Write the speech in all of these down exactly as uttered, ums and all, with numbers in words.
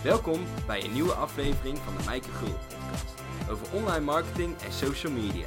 Welkom bij een nieuwe aflevering van de Mijke Gul podcast over online marketing en social media.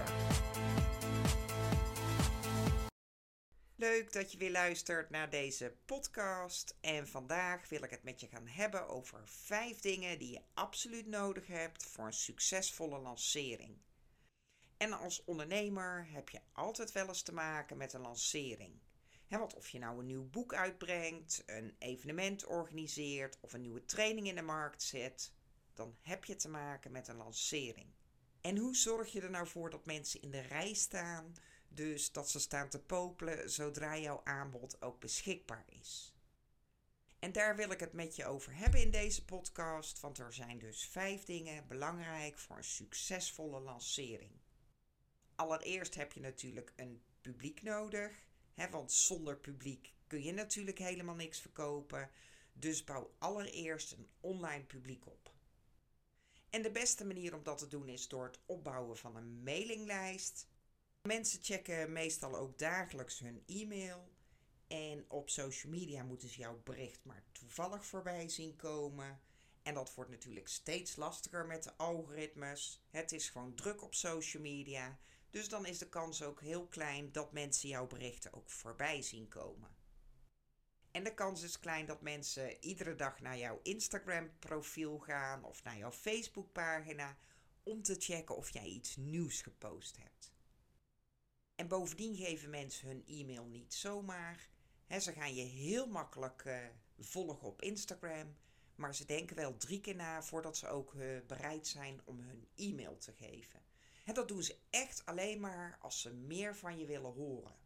Leuk dat je weer luistert naar deze podcast en vandaag wil ik het met je gaan hebben over vijf dingen die je absoluut nodig hebt voor een succesvolle lancering. En als ondernemer heb je altijd wel eens te maken met een lancering. He, want of je nou een nieuw boek uitbrengt, een evenement organiseert of een nieuwe training in de markt zet, dan heb je te maken met een lancering. En hoe zorg je er nou voor dat mensen in de rij staan, dus dat ze staan te popelen zodra jouw aanbod ook beschikbaar is? En daar wil ik het met je over hebben in deze podcast, want er zijn dus vijf dingen belangrijk voor een succesvolle lancering. Allereerst heb je natuurlijk een publiek nodig. He, want zonder publiek kun je natuurlijk helemaal niks verkopen. Dus bouw allereerst een online publiek op. En de beste manier om dat te doen is door het opbouwen van een mailinglijst. Mensen checken meestal ook dagelijks hun e-mail. En op social media moeten ze jouw bericht maar toevallig voorbij zien komen. En dat wordt natuurlijk steeds lastiger met de algoritmes. Het is gewoon druk op social media. Dus dan is de kans ook heel klein dat mensen jouw berichten ook voorbij zien komen. En de kans is klein dat mensen iedere dag naar jouw Instagram profiel gaan of naar jouw Facebook pagina om te checken of jij iets nieuws gepost hebt. En bovendien geven mensen hun e-mail niet zomaar. He, ze gaan je heel makkelijk uh, volgen op Instagram, maar ze denken wel drie keer na voordat ze ook uh, bereid zijn om hun e-mail te geven. En dat doen ze echt alleen maar als ze meer van je willen horen.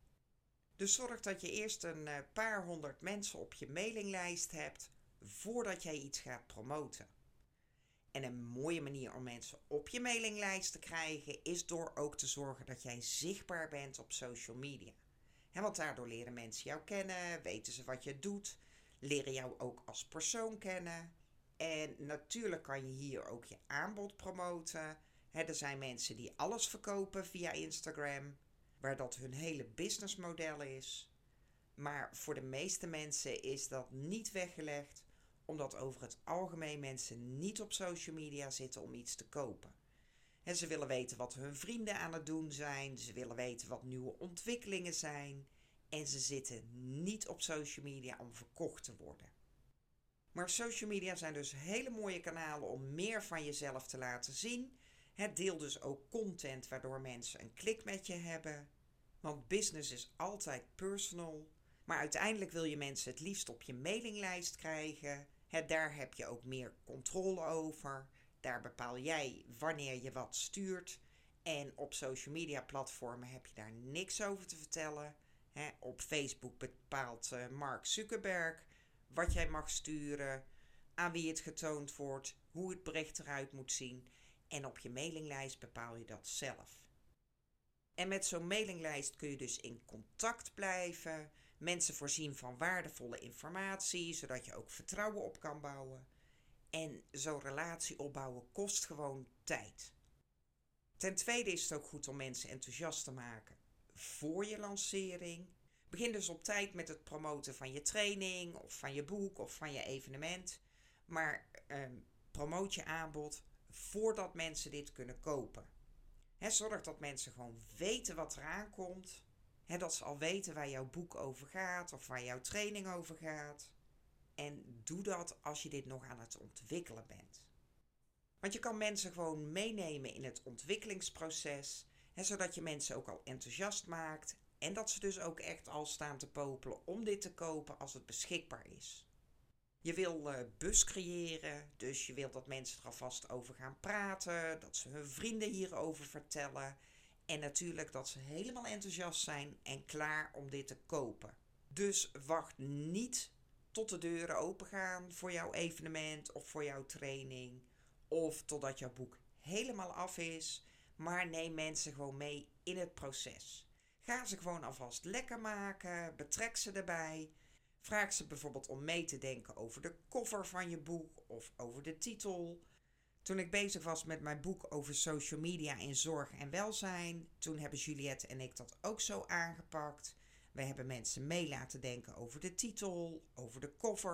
Dus zorg dat je eerst een paar honderd mensen op je mailinglijst hebt voordat jij iets gaat promoten. En een mooie manier om mensen op je mailinglijst te krijgen is door ook te zorgen dat jij zichtbaar bent op social media. He, want daardoor leren mensen jou kennen, weten ze wat je doet, leren jou ook als persoon kennen. En natuurlijk kan je hier ook je aanbod promoten. He, er zijn mensen die alles verkopen via Instagram, waar dat hun hele businessmodel is. Maar voor de meeste mensen is dat niet weggelegd, omdat over het algemeen mensen niet op social media zitten om iets te kopen. He, ze willen weten wat hun vrienden aan het doen zijn, ze willen weten wat nieuwe ontwikkelingen zijn en ze zitten niet op social media om verkocht te worden. Maar social media zijn dus hele mooie kanalen om meer van jezelf te laten zien. Het deel dus ook content waardoor mensen een klik met je hebben. Want business is altijd personal. Maar uiteindelijk wil je mensen het liefst op je mailinglijst krijgen. He, daar heb je ook meer controle over. Daar bepaal jij wanneer je wat stuurt. En op social media platformen heb je daar niks over te vertellen. He, op Facebook bepaalt uh, Mark Zuckerberg wat jij mag sturen, aan wie het getoond wordt, hoe het bericht eruit moet zien. En op je mailinglijst bepaal je dat zelf. En met zo'n mailinglijst kun je dus in contact blijven, mensen voorzien van waardevolle informatie, zodat je ook vertrouwen op kan bouwen. En zo'n relatie opbouwen kost gewoon tijd. Ten tweede is het ook goed om mensen enthousiast te maken voor je lancering. Begin dus op tijd met het promoten van je training of van je boek of van je evenement. Maar eh, promoot je aanbod voordat mensen dit kunnen kopen. He, zorg dat mensen gewoon weten wat eraan komt. He, dat ze al weten waar jouw boek over gaat of waar jouw training over gaat. En doe dat als je dit nog aan het ontwikkelen bent. Want je kan mensen gewoon meenemen in het ontwikkelingsproces. He, zodat je mensen ook al enthousiast maakt. En dat ze dus ook echt al staan te popelen om dit te kopen als het beschikbaar is. Je wil uh, buzz creëren, dus je wilt dat mensen er alvast over gaan praten, dat ze hun vrienden hierover vertellen en natuurlijk dat ze helemaal enthousiast zijn en klaar om dit te kopen. Dus wacht niet tot de deuren opengaan voor jouw evenement of voor jouw training of totdat jouw boek helemaal af is, maar neem mensen gewoon mee in het proces. Ga ze gewoon alvast lekker maken, betrek ze erbij. Vraag ze bijvoorbeeld om mee te denken over de cover van je boek of over de titel. Toen ik bezig was met mijn boek over social media in zorg en welzijn, toen hebben Juliette en ik dat ook zo aangepakt. We hebben mensen mee laten denken over de titel, over de cover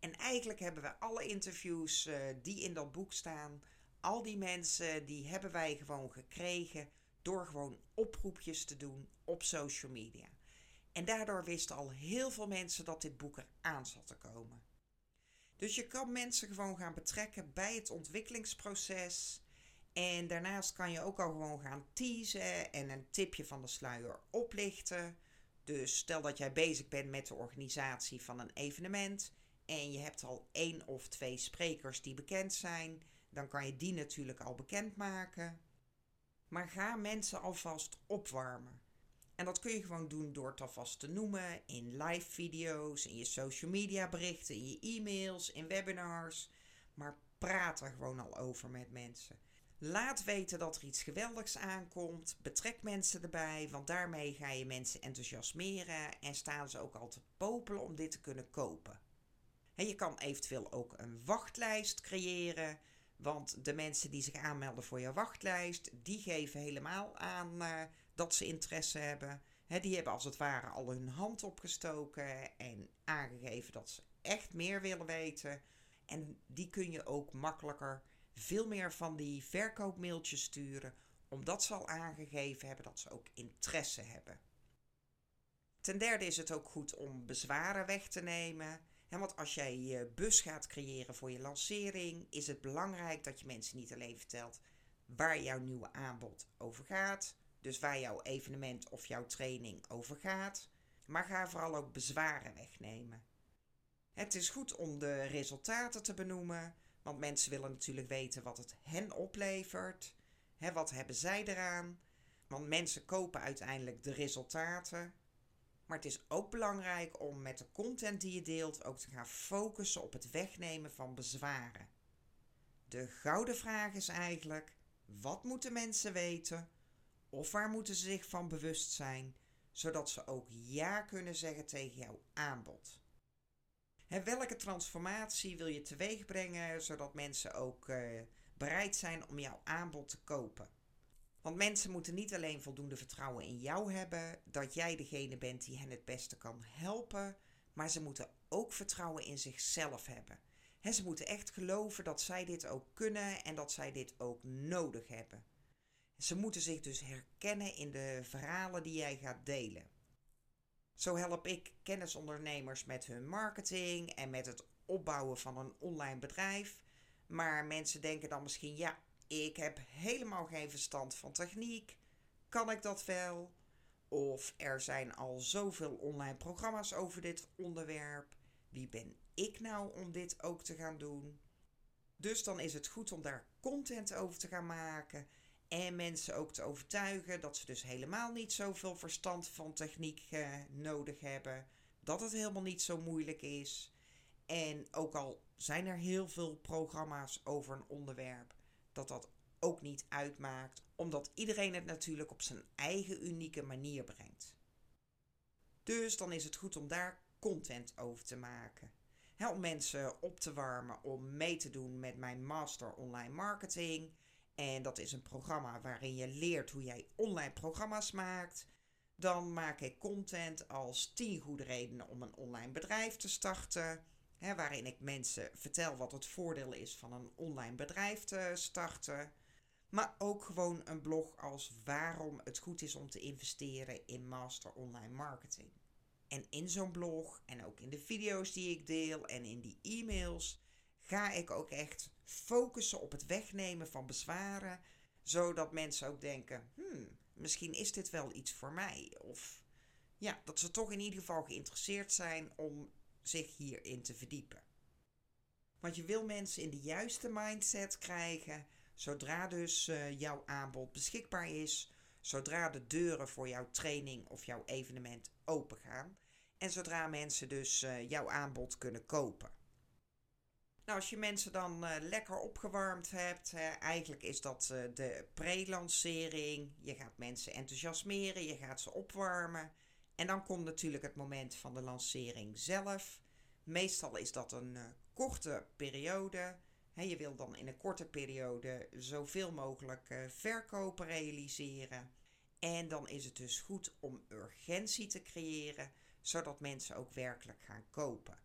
En eigenlijk hebben we alle interviews uh, die in dat boek staan, al die mensen, die hebben wij gewoon gekregen door gewoon oproepjes te doen op social media. En daardoor wisten al heel veel mensen dat dit boek eraan zat te komen. Dus je kan mensen gewoon gaan betrekken bij het ontwikkelingsproces. En daarnaast kan je ook al gewoon gaan teasen en een tipje van de sluier oplichten. Dus stel dat jij bezig bent met de organisatie van een evenement en je hebt al één of twee sprekers die bekend zijn, dan kan je die natuurlijk al bekendmaken. Maar ga mensen alvast opwarmen. En dat kun je gewoon doen door het alvast te noemen in live video's, in je social media berichten, in je e-mails, in webinars. Maar praat er gewoon al over met mensen. Laat weten dat er iets geweldigs aankomt. Betrek mensen erbij, want daarmee ga je mensen enthousiasmeren en staan ze ook al te popelen om dit te kunnen kopen. En je kan eventueel ook een wachtlijst creëren, want de mensen die zich aanmelden voor je wachtlijst, die geven helemaal aan uh, dat ze interesse hebben. He, die hebben als het ware al hun hand opgestoken en aangegeven dat ze echt meer willen weten. En die kun je ook makkelijker veel meer van die verkoopmailtjes sturen, omdat ze al aangegeven hebben dat ze ook interesse hebben. Ten derde is het ook goed om bezwaren weg te nemen. He, want als jij je bus gaat creëren voor je lancering, is het belangrijk dat je mensen niet alleen vertelt waar jouw nieuwe aanbod over gaat, dus waar jouw evenement of jouw training over gaat, maar ga vooral ook bezwaren wegnemen. Het is goed om de resultaten te benoemen, want mensen willen natuurlijk weten wat het hen oplevert. He, wat hebben zij eraan? Want mensen kopen uiteindelijk de resultaten. Maar het is ook belangrijk om met de content die je deelt ook te gaan focussen op het wegnemen van bezwaren. De gouden vraag is eigenlijk, wat moeten mensen weten? Of waar moeten ze zich van bewust zijn, zodat ze ook ja kunnen zeggen tegen jouw aanbod? En welke transformatie wil je teweeg brengen, zodat mensen ook uh, bereid zijn om jouw aanbod te kopen? Want mensen moeten niet alleen voldoende vertrouwen in jou hebben, dat jij degene bent die hen het beste kan helpen, maar ze moeten ook vertrouwen in zichzelf hebben. He, ze moeten echt geloven dat zij dit ook kunnen en dat zij dit ook nodig hebben. Ze moeten zich dus herkennen in de verhalen die jij gaat delen. Zo help ik kennisondernemers met hun marketing en met het opbouwen van een online bedrijf. Maar mensen denken dan misschien, ja, ik heb helemaal geen verstand van techniek. Kan ik dat wel? Of er zijn al zoveel online programma's over dit onderwerp. Wie ben ik nou om dit ook te gaan doen? Dus dan is het goed om daar content over te gaan maken. En mensen ook te overtuigen dat ze dus helemaal niet zoveel verstand van techniek uh, nodig hebben. Dat het helemaal niet zo moeilijk is. En ook al zijn er heel veel programma's over een onderwerp, dat dat ook niet uitmaakt, omdat iedereen het natuurlijk op zijn eigen unieke manier brengt. Dus dan is het goed om daar content over te maken. He, om mensen op te warmen om mee te doen met mijn Master Online Marketing. En dat is een programma waarin je leert hoe jij online programma's maakt. Dan maak ik content als tien goede redenen om een online bedrijf te starten. Hè, waarin ik mensen vertel wat het voordeel is van een online bedrijf te starten. Maar ook gewoon een blog als waarom het goed is om te investeren in Master Online Marketing. En in zo'n blog en ook in de video's die ik deel en in die e-mails ga ik ook echt focussen op het wegnemen van bezwaren, zodat mensen ook denken, hmm, misschien is dit wel iets voor mij. Of ja, dat ze toch in ieder geval geïnteresseerd zijn om zich hierin te verdiepen. Want je wil mensen in de juiste mindset krijgen, zodra dus uh, jouw aanbod beschikbaar is, zodra de deuren voor jouw training of jouw evenement open gaan en zodra mensen dus uh, jouw aanbod kunnen kopen. Nou, als je mensen dan uh, lekker opgewarmd hebt, uh, eigenlijk is dat uh, de pre-lancering. Je gaat mensen enthousiasmeren, je gaat ze opwarmen. En dan komt natuurlijk het moment van de lancering zelf. Meestal is dat een uh, korte periode. He, je wil dan in een korte periode zoveel mogelijk uh, verkopen realiseren. En dan is het dus goed om urgentie te creëren, zodat mensen ook werkelijk gaan kopen.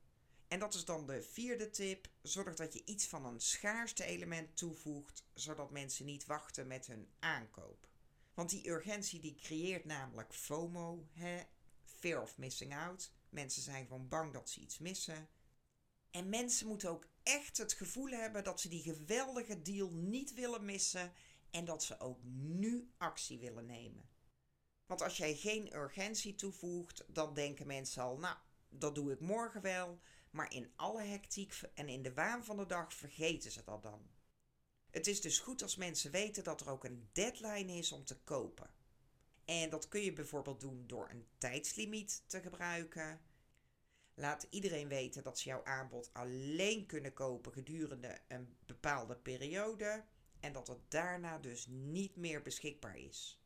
En dat is dan de vierde tip. Zorg dat je iets van een schaarste element toevoegt, zodat mensen niet wachten met hun aankoop. Want die urgentie die creëert namelijk FOMO, hè? Fear of missing out. Mensen zijn gewoon bang dat ze iets missen. En mensen moeten ook echt het gevoel hebben dat ze die geweldige deal niet willen missen en dat ze ook nu actie willen nemen. Want als jij geen urgentie toevoegt, dan denken mensen al, nou, dat doe ik morgen wel. Maar in alle hectiek en in de waan van de dag vergeten ze dat dan. Het is dus goed als mensen weten dat er ook een deadline is om te kopen. En dat kun je bijvoorbeeld doen door een tijdslimiet te gebruiken. Laat iedereen weten dat ze jouw aanbod alleen kunnen kopen gedurende een bepaalde periode en dat het daarna dus niet meer beschikbaar is.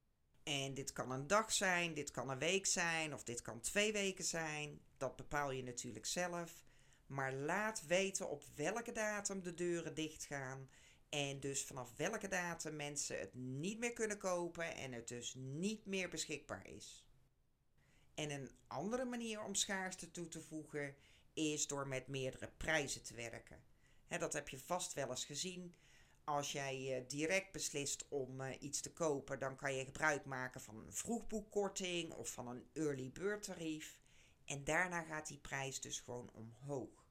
En dit kan een dag zijn, dit kan een week zijn of dit kan twee weken zijn. Dat bepaal je natuurlijk zelf. Maar laat weten op welke datum de deuren dichtgaan en dus vanaf welke datum mensen het niet meer kunnen kopen en het dus niet meer beschikbaar is. En een andere manier om schaarste toe te voegen is door met meerdere prijzen te werken. He, dat heb je vast wel eens gezien. Als jij uh, direct beslist om uh, iets te kopen, dan kan je gebruik maken van een vroegboekkorting of van een early bird tarief. En daarna gaat die prijs dus gewoon omhoog.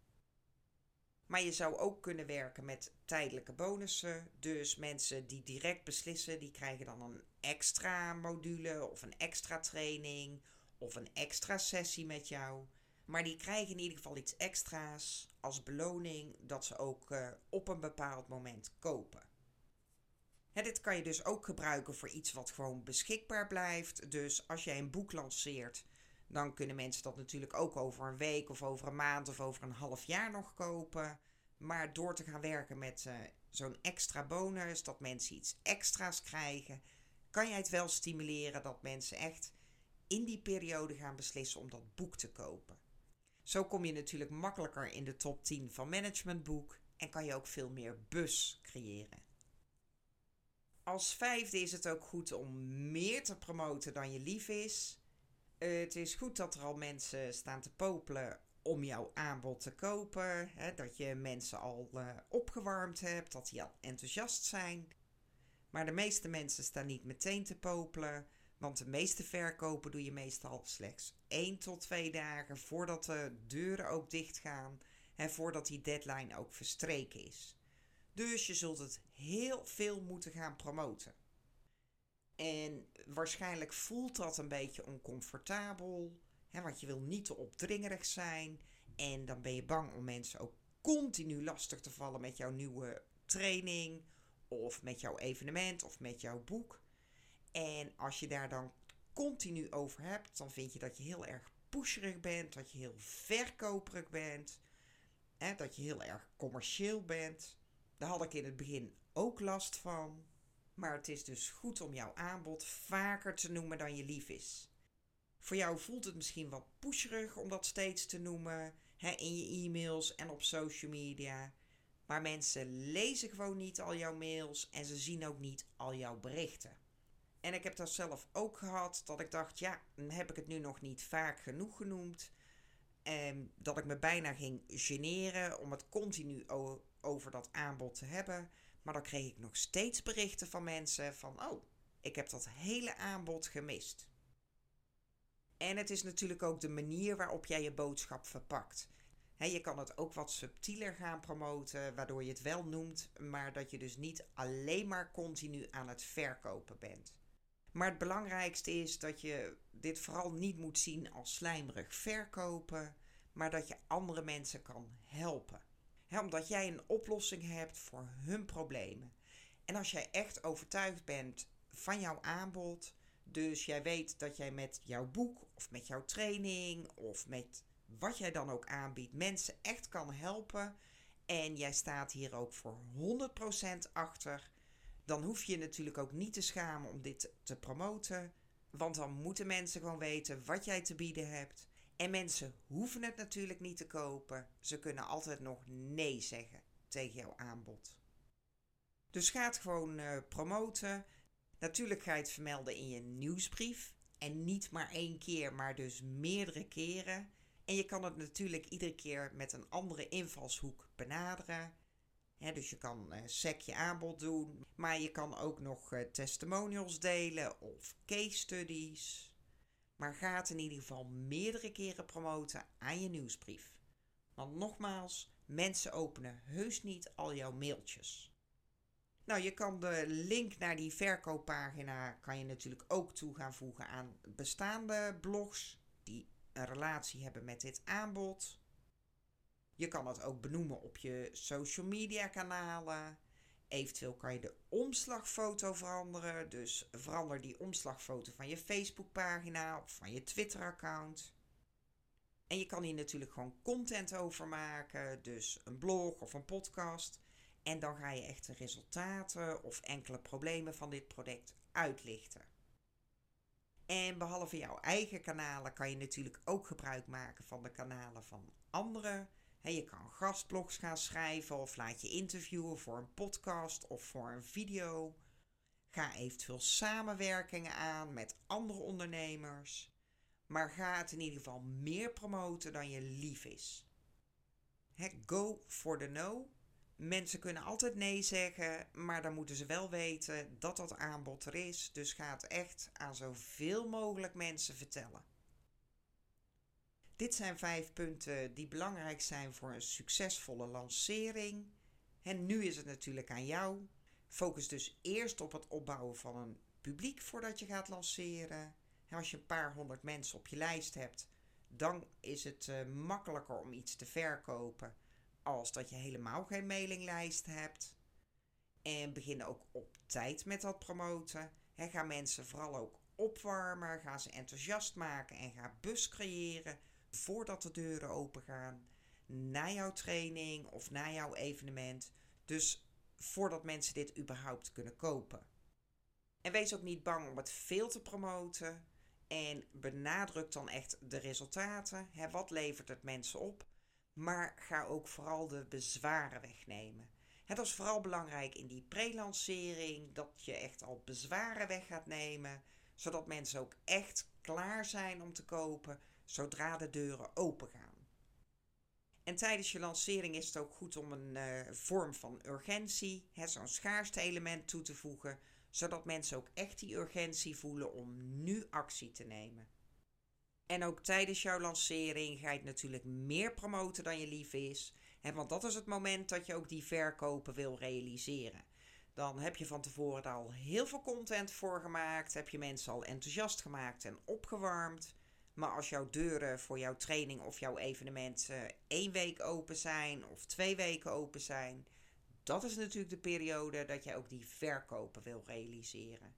Maar je zou ook kunnen werken met tijdelijke bonussen. Dus mensen die direct beslissen, die krijgen dan een extra module of een extra training of een extra sessie met jou. Maar die krijgen in ieder geval iets extra's als beloning dat ze ook uh, op een bepaald moment kopen. Hè, dit kan je dus ook gebruiken voor iets wat gewoon beschikbaar blijft. Dus als jij een boek lanceert, dan kunnen mensen dat natuurlijk ook over een week of over een maand of over een half jaar nog kopen. Maar door te gaan werken met uh, zo'n extra bonus, dat mensen iets extra's krijgen, kan jij het wel stimuleren dat mensen echt in die periode gaan beslissen om dat boek te kopen. Zo kom je natuurlijk makkelijker in de top tien van Managementboek en kan je ook veel meer buzz creëren. Als vijfde is het ook goed om meer te promoten dan je lief is. Het is goed dat er al mensen staan te popelen om jouw aanbod te kopen. Hè, dat je mensen al uh, opgewarmd hebt, dat die al enthousiast zijn. Maar de meeste mensen staan niet meteen te popelen. Want de meeste verkopen doe je meestal slechts één tot twee dagen voordat de deuren ook dicht gaan en voordat die deadline ook verstreken is. Dus je zult het heel veel moeten gaan promoten. En waarschijnlijk voelt dat een beetje oncomfortabel, hè, want je wil niet te opdringerig zijn en dan ben je bang om mensen ook continu lastig te vallen met jouw nieuwe training of met jouw evenement of met jouw boek. En als je daar dan continu over hebt, dan vind je dat je heel erg pusherig bent, dat je heel verkoperig bent, hè, dat je heel erg commercieel bent. Daar had ik in het begin ook last van. Maar het is dus goed om jouw aanbod vaker te noemen dan je lief is. Voor jou voelt het misschien wat pusherig om dat steeds te noemen, hè, in je e-mails en op social media. Maar mensen lezen gewoon niet al jouw mails en ze zien ook niet al jouw berichten. En ik heb dat zelf ook gehad, dat ik dacht, ja, heb ik het nu nog niet vaak genoeg genoemd? En dat ik me bijna ging generen om het continu o- over dat aanbod te hebben. Maar dan kreeg ik nog steeds berichten van mensen van, oh, ik heb dat hele aanbod gemist. En het is natuurlijk ook de manier waarop jij je boodschap verpakt. He, je kan het ook wat subtieler gaan promoten, waardoor je het wel noemt, maar dat je dus niet alleen maar continu aan het verkopen bent. Maar het belangrijkste is dat je dit vooral niet moet zien als slijmerig verkopen, maar dat je andere mensen kan helpen. He, omdat jij een oplossing hebt voor hun problemen. En als jij echt overtuigd bent van jouw aanbod, dus jij weet dat jij met jouw boek of met jouw training of met wat jij dan ook aanbiedt mensen echt kan helpen en jij staat hier ook voor honderd procent achter, dan hoef je je natuurlijk ook niet te schamen om dit te promoten, want dan moeten mensen gewoon weten wat jij te bieden hebt. En mensen hoeven het natuurlijk niet te kopen. Ze kunnen altijd nog nee zeggen tegen jouw aanbod. Dus ga het gewoon uh, promoten. Natuurlijk ga je het vermelden in je nieuwsbrief. En niet maar één keer, maar dus meerdere keren. En je kan het natuurlijk iedere keer met een andere invalshoek benaderen. He, dus je kan uh, sec je aanbod doen, maar je kan ook nog uh, testimonials delen of case studies. Maar ga het in ieder geval meerdere keren promoten aan je nieuwsbrief. Want nogmaals, mensen openen heus niet al jouw mailtjes. Nou, je kan de link naar die verkooppagina kan je natuurlijk ook toe gaan voegen aan bestaande blogs die een relatie hebben met dit aanbod. Je kan het ook benoemen op je social media kanalen. Eventueel kan je de omslagfoto veranderen. Dus verander die omslagfoto van je Facebookpagina of van je Twitter-account. En je kan hier natuurlijk gewoon content over maken. Dus een blog of een podcast. En dan ga je echt de resultaten of enkele problemen van dit product uitlichten. En behalve jouw eigen kanalen kan je natuurlijk ook gebruik maken van de kanalen van anderen. He, je kan gastblogs gaan schrijven of laat je interviewen voor een podcast of voor een video. Ga eventueel samenwerkingen aan met andere ondernemers. Maar ga het in ieder geval meer promoten dan je lief is. He, go for the no. Mensen kunnen altijd nee zeggen, maar dan moeten ze wel weten dat dat aanbod er is. Dus ga het echt aan zoveel mogelijk mensen vertellen. Dit zijn vijf punten die belangrijk zijn voor een succesvolle lancering. En nu is het natuurlijk aan jou. Focus dus eerst op het opbouwen van een publiek voordat je gaat lanceren. En als je een paar honderd mensen op je lijst hebt, dan is het uh, makkelijker om iets te verkopen als dat je helemaal geen mailinglijst hebt. En begin ook op tijd met dat promoten. He, ga mensen vooral ook opwarmen, ga ze enthousiast maken en ga buzz creëren voordat de deuren open gaan na jouw training of na jouw evenement. Dus voordat mensen dit überhaupt kunnen kopen. En wees ook niet bang om het veel te promoten. En benadruk dan echt de resultaten. Hè, wat levert het mensen op? Maar ga ook vooral de bezwaren wegnemen. Hè, dat is vooral belangrijk in die pre-lancering. Dat je echt al bezwaren weg gaat nemen. Zodat mensen ook echt klaar zijn om te kopen zodra de deuren open gaan. En tijdens je lancering is het ook goed om een uh, vorm van urgentie, hè, zo'n schaarste element toe te voegen, zodat mensen ook echt die urgentie voelen om nu actie te nemen. En ook tijdens jouw lancering ga je het natuurlijk meer promoten dan je lief is, hè, want dat is het moment dat je ook die verkopen wil realiseren. Dan heb je van tevoren al heel veel content voor gemaakt, heb je mensen al enthousiast gemaakt en opgewarmd. Maar als jouw deuren voor jouw training of jouw evenement uh, één week open zijn of twee weken open zijn, dat is natuurlijk de periode dat je ook die verkopen wil realiseren.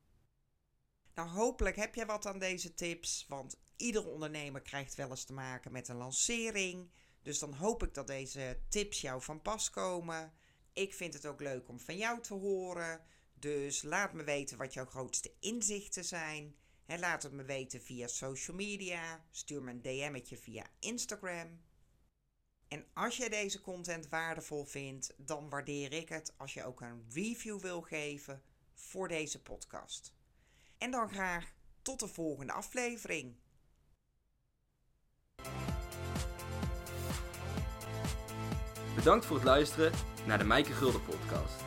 Nou, hopelijk heb je wat aan deze tips, want ieder ondernemer krijgt wel eens te maken met een lancering. Dus dan hoop ik dat deze tips jou van pas komen. Ik vind het ook leuk om van jou te horen, dus laat me weten wat jouw grootste inzichten zijn. En laat het me weten via social media, stuur me een D M'tje via Instagram. En als jij deze content waardevol vindt, dan waardeer ik het als je ook een review wil geven voor deze podcast. En dan graag tot de volgende aflevering. Bedankt voor het luisteren naar de Mijke Gulden podcast.